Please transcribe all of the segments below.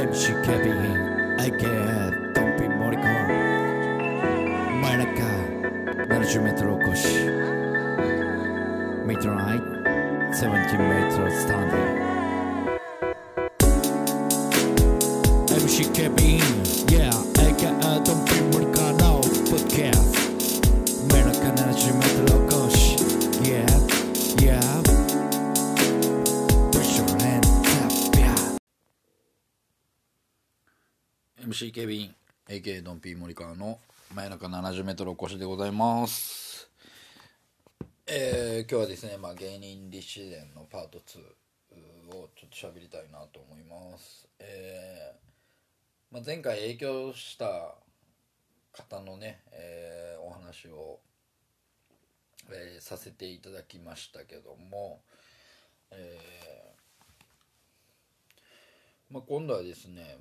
MC ケビン AKA ドンピモリコン真夜中70メートル起こしミッドナイト70メートルスタンディング MC ケビン Yeah AKA ドンピモリコンのポッドキャスト真夜中70メートル起こし Yeah Yeah MC ケビン AK ドンピー森川の真夜中70メートルお越しでございます。今日はですね、芸人立志伝のパート2をちょっと喋りたいなと思います。前回影響した方のね、お話を、させていただきましたけども、今度はですね、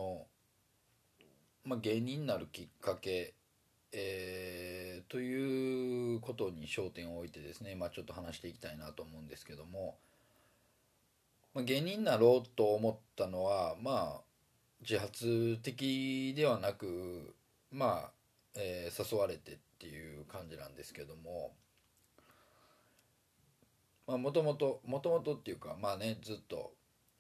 芸人になるきっかけ、ということに焦点を置いてですね、ちょっと話していきたいなと思うんですけども、芸人になろうと思ったのは自発的ではなく誘われてっていう感じなんですけども、もともとっていうかずっと、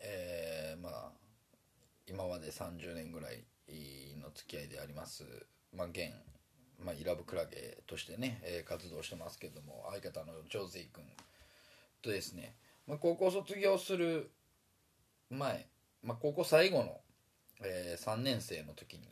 今まで30年ぐらいの付き合いであります現イラブクラゲとしてね、活動してますけども、相方のジョーゼイ君とですね、高校卒業する前、高校最後の、3年生の時に、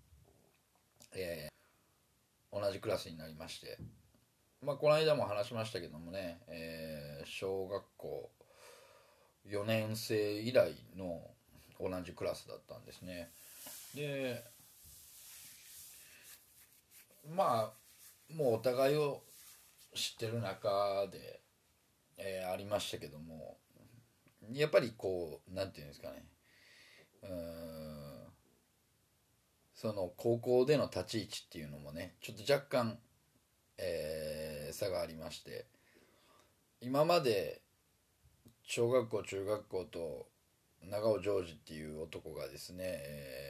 同じクラスになりまして、この間も話しましたけどもね、小学校4年生以来の同じクラスだったんですね。でもうお互いを知ってる中で、ありましたけども、やっぱりなんていうんですかね、その高校での立ち位置っていうのもねちょっと若干、差がありまして、今まで小学校中学校と長尾ジョージっていう男がですね、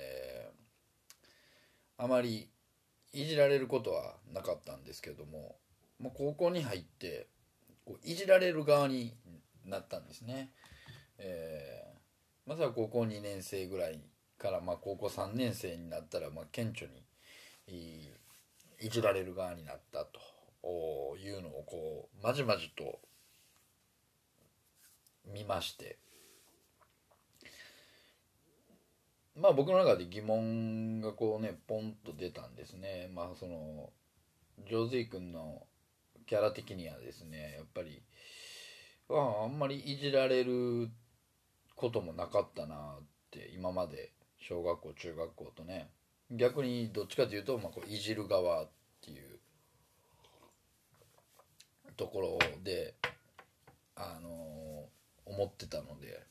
あまりいじられることはなかったんですけども、高校に入っていじられる側になったんですね。まずは高校2年生ぐらいから高校3年生になったら顕著にいじられる側になったというのをまじまじと見まして、僕の中で疑問がポンと出たんですね。そのジョーゼイ君のキャラ的にはですね、やっぱりあんまりいじられることもなかったなって、今まで小学校中学校とね、逆にどっちかというといじる側っていうところで思ってたので、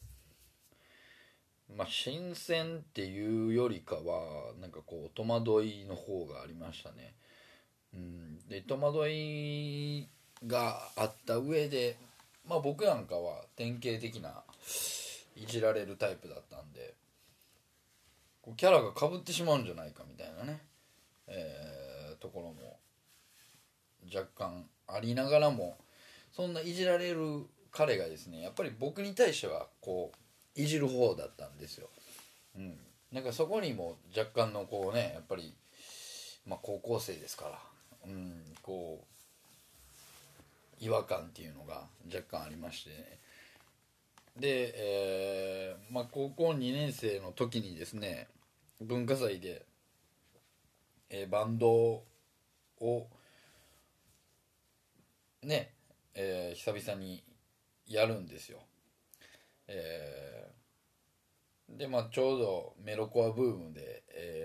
新鮮っていうよりかは戸惑いの方がありましたね。で戸惑いがあった上で、僕なんかは典型的ないじられるタイプだったんで、キャラがかぶってしまうんじゃないかみたいなね、ところも若干ありながらも、そんないじられる彼がですねやっぱり僕に対してはいじる方だったんですよ。そこにも若干のやっぱり高校生ですから、違和感っていうのが若干ありましてね。で、高校2年生の時にですね、文化祭で、バンドをね、久々にやるんですよ。でちょうどメロコアブームで、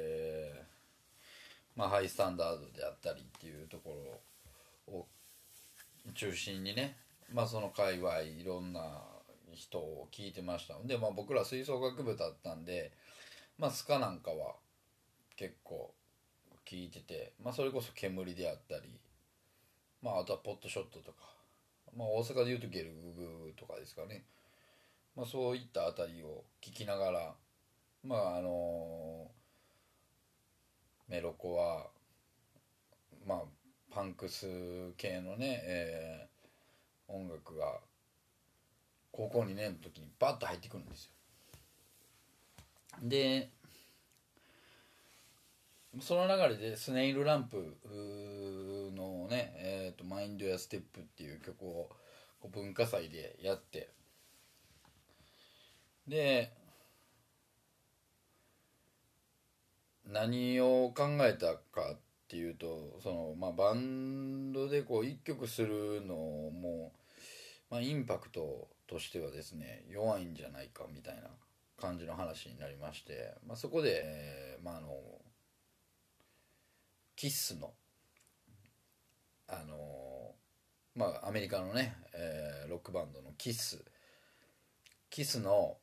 ハイスタンダードであったりっていうところを中心にね、その界隈いろんな人を聞いてましたので、僕ら吹奏楽部だったんで、スカなんかは結構聞いてて、それこそ煙であったり、あとはポットショットとか、大阪でいうとゲルググとかですかね、そういったあたりを聞きながらまあメロコはまあパンクス系のね、音楽が高校2年の時にバッと入ってくるんですよ。でその流れでスネイルランプのね、マインドやステップっていう曲を文化祭でやって、で何を考えたかっていうと、バンドで一曲するのも、インパクトとしてはですね弱いんじゃないかみたいな感じの話になりまして、そこで、キッスのアメリカのね、ロックバンドのキスの、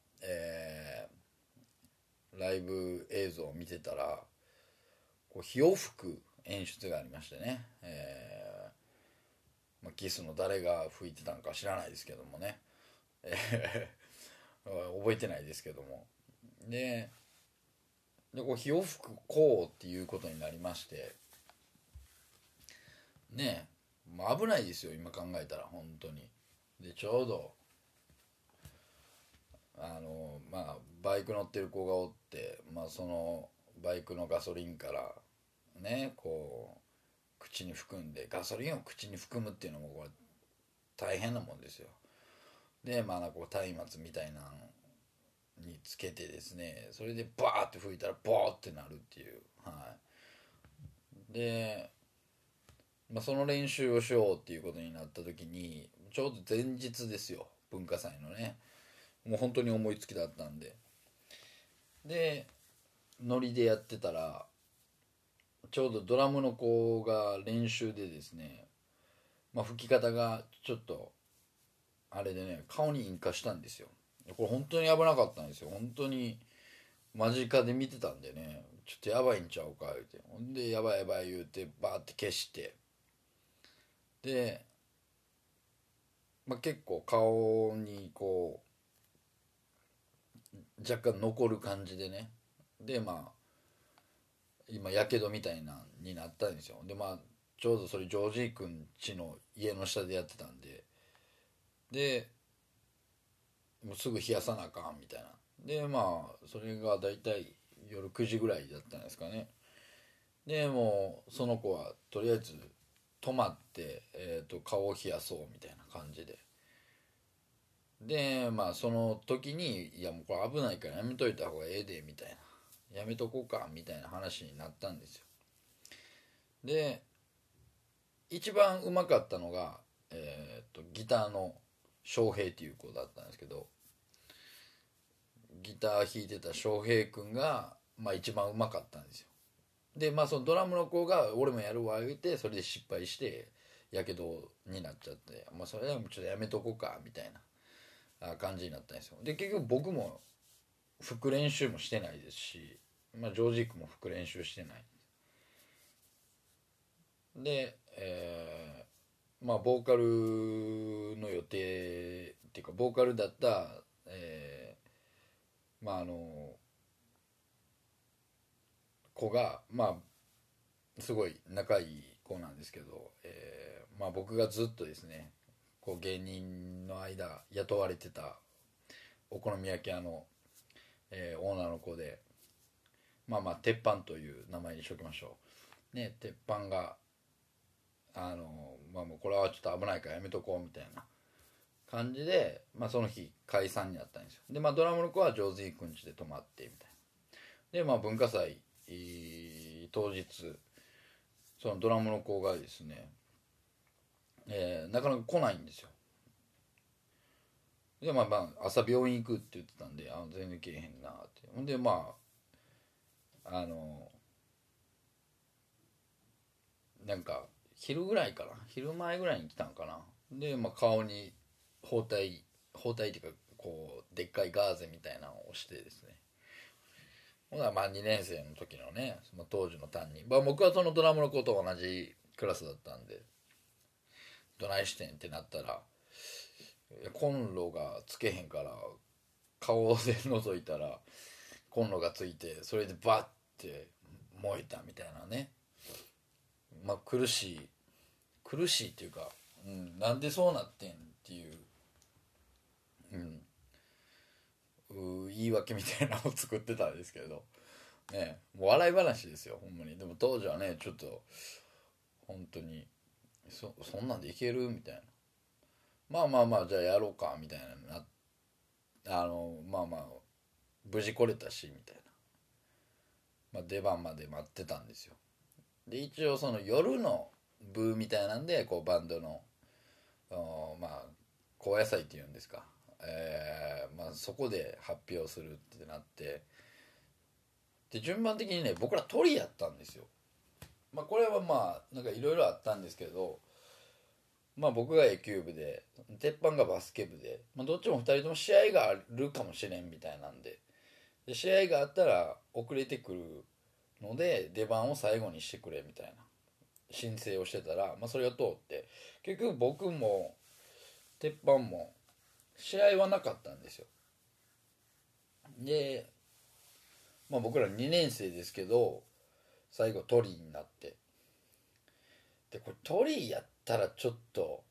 ライブ映像を見てたら火を吹く演出がありましてね、キスの誰が吹いてたんか知らないですけどもね、覚えてないですけども、で火を吹くこうっていうことになりましてね、危ないですよ今考えたら本当に。でちょうどバイク乗ってる子がおって、そのバイクのガソリンからね口に含んで、ガソリンを口に含むっていうのもこれ大変なもんですよ。で松明みたいなのにつけてですね、それでバーって吹いたらボーってなるっていう、で、その練習をしようっていうことになった時にちょうど前日ですよ、文化祭のね。もう本当に思いつきだったんで、ノリでやってたらちょうどドラムの子が練習でですね、吹き方がちょっとあれでね顔に引火したんですよ。これ本当に危なかったんですよ。本当に間近で見てたんでね、ちょっとやばいんちゃうか言うて、ほんでやばいやばい言うてバーって消して、で、結構顔に若干残る感じでね、で今やけどみたいなになったんですよ。でちょうどそれジョージー君家の家の下でやってたんでもうすぐ冷やさなあかんみたいな。でそれがだいたい夜9時ぐらいだったんですかね。でもうその子はとりあえず泊まって、顔を冷やそうみたいな感じで、その時にいやもうこれ危ないからやめといた方がええでみたいな、やめとこうかみたいな話になったんですよ。で一番うまかったのが、ギターの翔平っていう子だったんですけど、ギター弾いてた翔平くんが、一番うまかったんですよ。でそのドラムの子が俺もやるわ言うて、それで失敗してやけどになっちゃって、それはもうちょっとやめとこうかみたいな感じになったんですよ。で結局僕も吹く練習もしてないですし、ジョージークも吹く練習してないで、ボーカルの予定っていうかボーカルだった、子がすごい仲いい子なんですけど、僕がずっとですね芸人の間雇われてたお好み焼き屋の、オーナーの子で、鉄板という名前にしときましょうね。鉄板がもうこれはちょっと危ないからやめとこうみたいな感じで、その日解散になったんですよ。でドラムの子はジョーズイーくんちで泊まってみたいな。で文化祭、当日そのドラムの子がですね、なかなか来ないんですよ。で朝病院行くって言ってたんで、全然来えへんなって。ほんであのなんか昼ぐらいかな、昼前ぐらいに来たんかな。で顔に包帯っていうかでっかいガーゼみたいなのをしてですね、ほな2年生の時のね、その当時の担任、僕はそのドラムの子と同じクラスだったんで、どないしてんってなったら、コンロがつけへんから顔で覗いたらコンロがついてそれでバッて燃えたみたいなね。まあ苦しいっていうか、なんでそうなってんっていう、言い訳みたいなのを作ってたんですけどね。もう笑い話ですよほんまに。でも当時はねちょっと本当にそんなんでいけるみたいな。まあまあまあじゃあやろうかみたいな。まあまあ無事来れたしみたいな、まあ、出番まで待ってたんですよ。で一応その夜の部みたいなんでこうバンドのまあ高野祭っていうんですか、まあ、そこで発表するってなって、で順番的にね僕ら鳥やったんですよ。まあこれはまあなんかいろいろあったんですけど、まあ僕が野球部で鉄板がバスケ部で、まあ、どっちも2人とも試合があるかもしれんみたいなんで試合があったら遅れてくるので出番を最後にしてくれみたいな申請をしてたら、まあ、それが通って結局僕も鉄板も試合はなかったんですよ。で、まあ、僕ら2年生ですけど最後トリになって、でこれトリやったらちょっと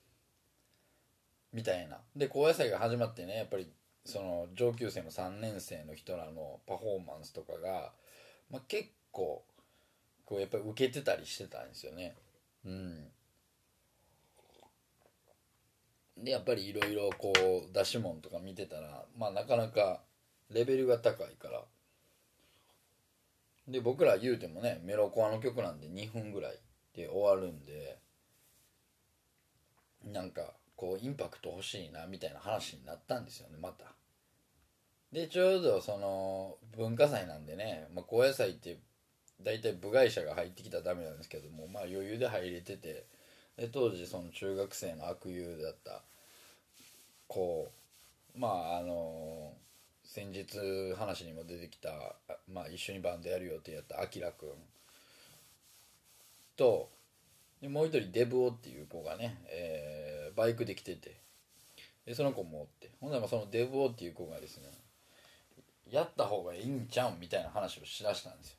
みたいな。で高野祭が始まってね、やっぱりその上級生の3年生の人らのパフォーマンスとかが、まあ、結構こうやっぱり受けてたりしてたんですよね。うん。でやっぱりいろいろこう出し物とか見てたら、まあなかなかレベルが高いから。で僕ら言うてもねメロコアの曲なんで2分ぐらいで終わるんで、なんかこうインパクト欲しいなみたいな話になったんですよねまた。でちょうどその文化祭なんでね、まあ、高野祭って大体部外者が入ってきたらダメなんですけども、まあ余裕で入れてて、で当時その中学生の悪友だった子、まあ先日話にも出てきた、まあ、一緒にバンドやる予定やったあきらくんと、でもう一人デブオっていう子がね、バイクで来てて、でその子もおって、ほんならそのデブオっていう子がですねやった方がいいんちゃうんみたいな話をしだしたんです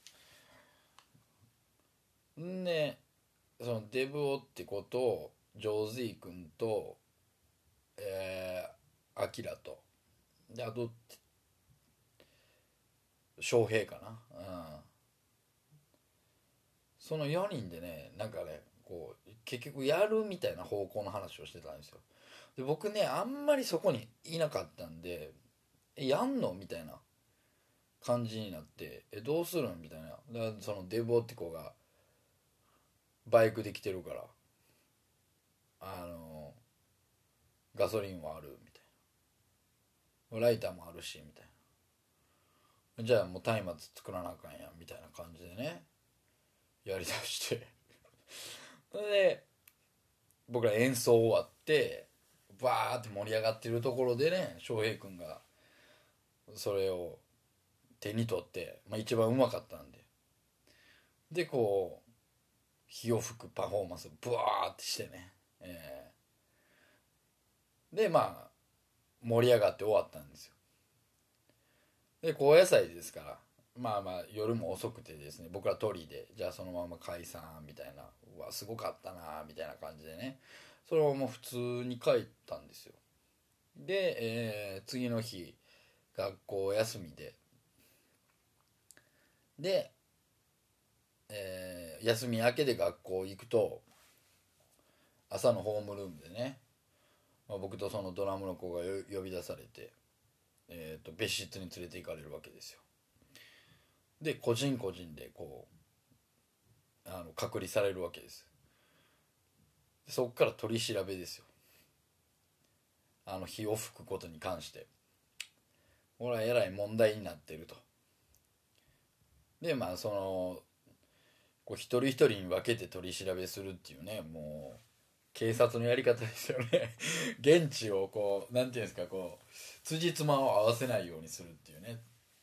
よ。んでそのデブオって子とジョーズイ君とアキラと、であと翔平かな、その4人でねなんかねこう結局やるみたいな方向の話をしてたんですよ。で僕ねあんまりそこにいなかったんでやんのみたいな感じになって、どうするんみたいな。だからそのデボって子がバイクで来てるからあのガソリンはあるみたいな、ライターもあるしみたいな、じゃあもう松明作らなあかんやんみたいな感じでねやりだしてそれで僕ら演奏終わってバーって盛り上がってるところでね翔平君がそれを手に取って、まあ、一番うまかったんでこう火を吹くパフォーマンスをブワーってしてね、でまあ盛り上がって終わったんですよ。で高野菜ですからまあまあ夜も遅くてですね僕らトリでじゃあそのまま解散みたいな、うわすごかったなみたいな感じでね、それをもう普通に帰ったんですよ。で、次の日学校休みで、休み明けで学校行くと朝のホームルームでね、まあ、僕とそのドラムの子が呼び出されて、別室に連れて行かれるわけですよ。で個人個人でこう隔離されるわけです。そこから取り調べですよ。火を吹くことに関してこれはえらい問題になってると。でまあそのこう一人一人に分けて取り調べするっていうね、もう警察のやり方ですよね現地をこうなんていうんですか、こう辻褄を合わせないようにするっていうね、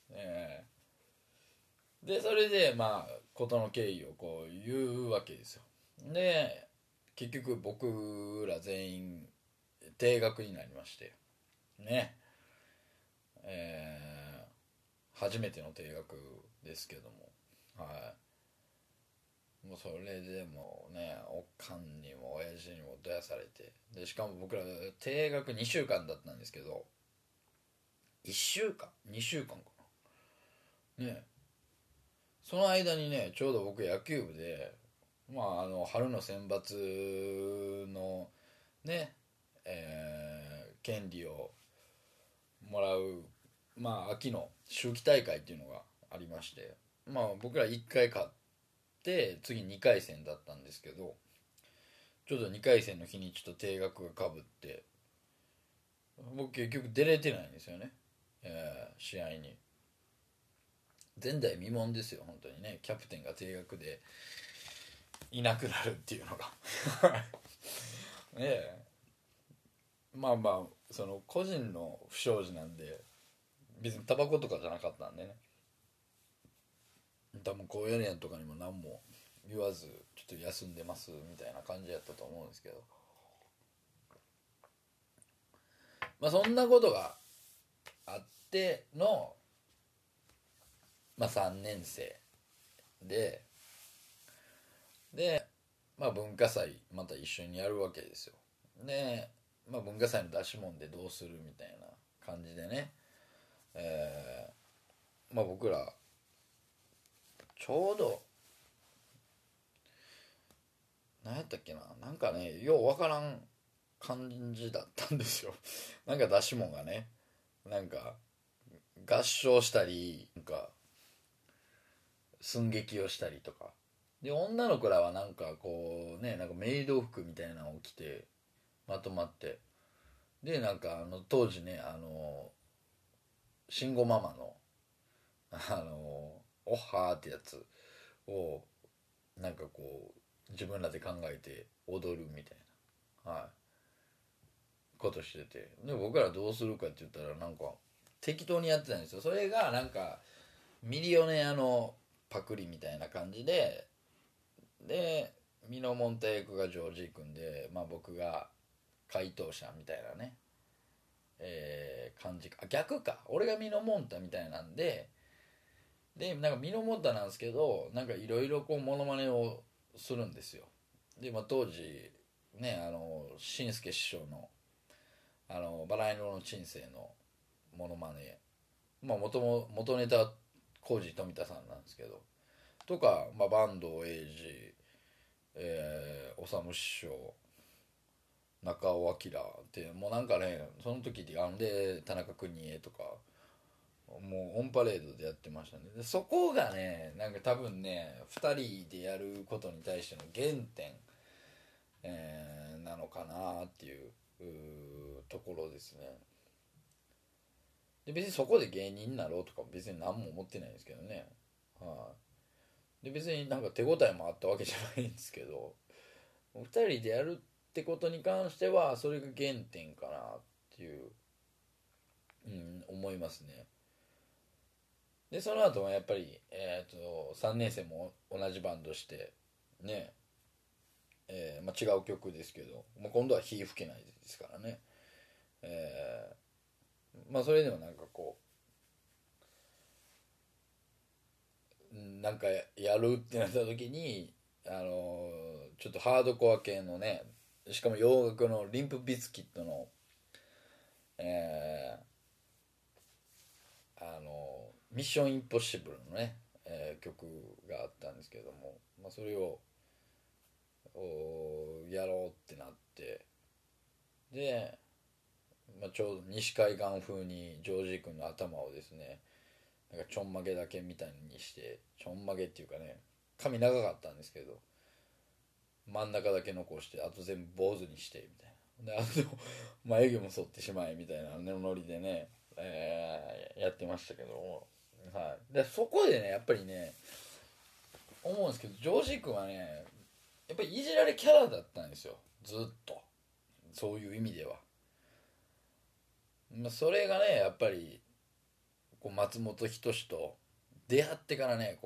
でそれでまあ事の経緯をこう言うわけですよ。で結局僕ら全員定額になりましてね、 初めての定額ですけども、はい、もうそれでもね、おかんにも親父にもどやされて、でしかも僕ら定額2週間だったんですけど、1週間2週間かなね、その間にね、ちょうど僕野球部で、春の選抜のね、権利をもらう、秋の秋季大会っていうのがありまして、僕ら1回勝って次2回戦だったんですけど、ちょうど2回戦の日にちょっと定額がかぶって、僕結局出れてないんですよね、試合に。前代未聞ですよ本当にね、キャプテンが定額でいなくなるっていうのがねえ、その個人の不祥事なんで、別にタバコとかじゃなかったんでね、多分高野連とかにも何も言わずちょっと休んでますみたいな感じやったと思うんですけど、そんなことがあっての、3年生で、文化祭また一緒にやるわけですよ。で、文化祭の出し物でどうするみたいな感じでね、僕らちょうど何やったっけな、なんかね、ようわからん感じだったんですよなんか出し物がね、なんか合唱したり、なんか寸劇をしたりとかで、女の子らはなんかこうね、なんかメイド服みたいなのを着てまとまって、でなんか当時ね、慎吾ママのオッハーってやつをなんかこう自分らで考えて踊るみたいな、ことしてて、で僕らどうするかって言ったらなんか適当にやってたんですよ。それがなんかミリオネアのパクリみたいな感じで、ミノモンタ役がジョージ君で、僕が回答者みたいなね、感じか、逆か、俺がミノモンタみたいなんで、なんかミノモンタなんですけど、なんかいろいろこうモノマネをするんですよ。で、当時ね、紳助師匠のバラ色の人生のモノマネ、元ネタはコージ富田さんなんですけど、とか、坂東英二、おさむ師匠、中尾明って、もうなんかね、その時で田中邦衛とか、もうオンパレードでやってましたね。でそこがね、なんか多分ね、2人でやることに対しての原点、なのかなっていうところですね。で別にそこで芸人になろうとか別に何も思ってないんですけどね、で別になんか手応えもあったわけじゃないんですけど、2人でやるってことに関してはそれが原点かなっていう、思いますね。でその後はやっぱり、3年生も同じバンドしてね、違う曲ですけど、今度は火吹けないですからね、それでもなんかこうなんかやるってなった時に、ちょっとハードコア系のね、しかも洋楽のリンプビズキットの、えミッションインポッシブルのね、曲があったんですけども、それをやろうってなって、で、ちょうど西海岸風にジョージ君の頭をですね、なんかちょんまげだけみたいにして、ちょんまげっていうかね、髪長かったんですけど真ん中だけ残して、あと全部坊主にしてみたいな、であと眉毛も剃ってしまえみたいなノリでね、やってましたけども、でそこでねやっぱりね思うんですけど、ジョージ君はねやっぱりいじられキャラだったんですよ、ずっと。そういう意味では、それがねやっぱりこう松本人志と出会ってからね、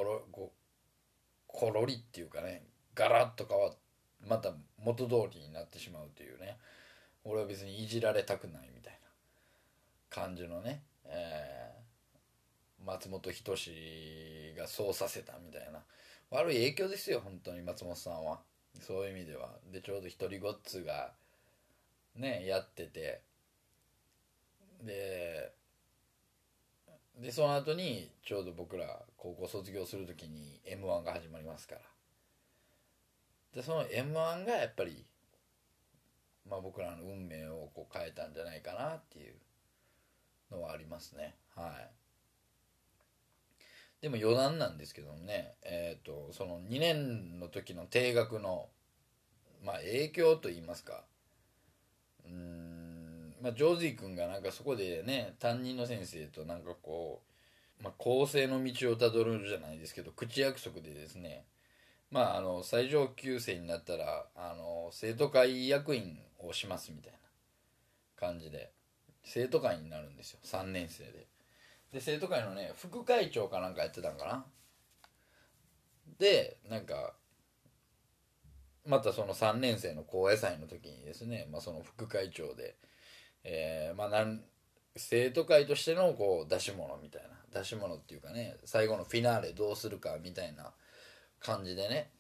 コロリっていうかね、ガラッと変わってまた元通りになってしまうというね、俺は別にいじられたくないみたいな感じのね、 松本人志がそうさせたみたいな悪い影響ですよ本当に松本さんは。そういう意味ではでちょうど一人ごっつがねやっててでその後にちょうど僕ら高校卒業する時に m 1が始まりますからでその m 1がやっぱり、僕らの運命をこう変えたんじゃないかなっていうのはありますね。はい。でも余談なんですけどもね、その2年の時の定額の、影響といいますか、ジョージー君がなんかそこでね、担任の先生となんかこう、公正の道をたどるじゃないですけど、口約束でですね、最上級生になったら、生徒会役員をしますみたいな感じで、生徒会になるんですよ、3年生で。で生徒会のね副会長かなんかやってたんかな。でなんかまたその3年生の高野祭の時にですね、その副会長で、生徒会としてのこう出し物みたいな出し物っていうかね最後のフィナーレどうするかみたいな感じでね。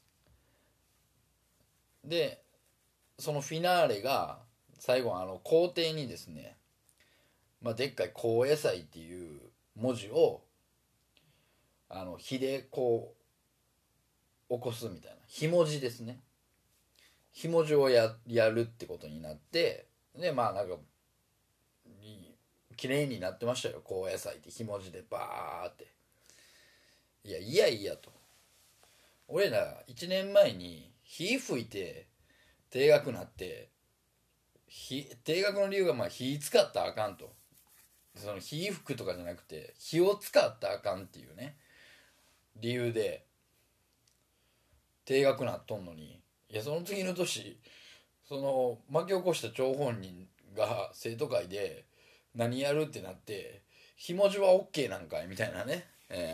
でそのフィナーレが最後校庭にですね、でっかい高野祭っていう文字を火でこう起こすみたいなひもじですね。ひもじをやるってことになってでなんか綺麗になってましたよ高野菜ってひもじでバーって。いやいやと俺ら1年前に火吹いて定額なって定額の理由が火使ったらあかんと。その火吹くとかじゃなくて火を使ったらあかんっていうね理由で定額なっとんのにその次の年その巻き起こした張本人が生徒会で何やるってなってひもじは OK なんかいみたいなね、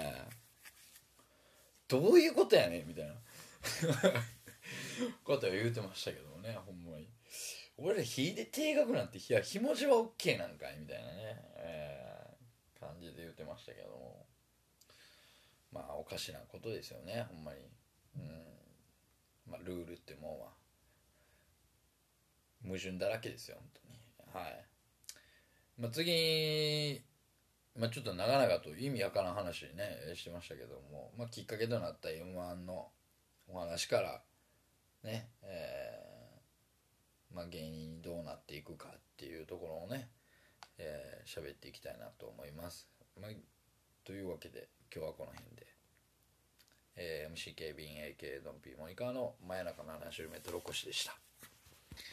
どういうことやねんみたいなことを言うてましたけどもね。ほんまに俺ら火で定額なんていやひもじは OK なんかいみたいなね、感じで言うてましたけどもおかしなことですよねほんまに。ルールってもう矛盾だらけですよ本当に。はい。次、ちょっと長々と意味わからん話ねしてましたけども、きっかけとなった m 1のお話からね、芸人にどうなっていくかっていうところをね喋っていきたいなと思います。というわけで今日はこの辺で、MC 警備員 AK ドンピーモニカの真夜中の話をメトロコシでした。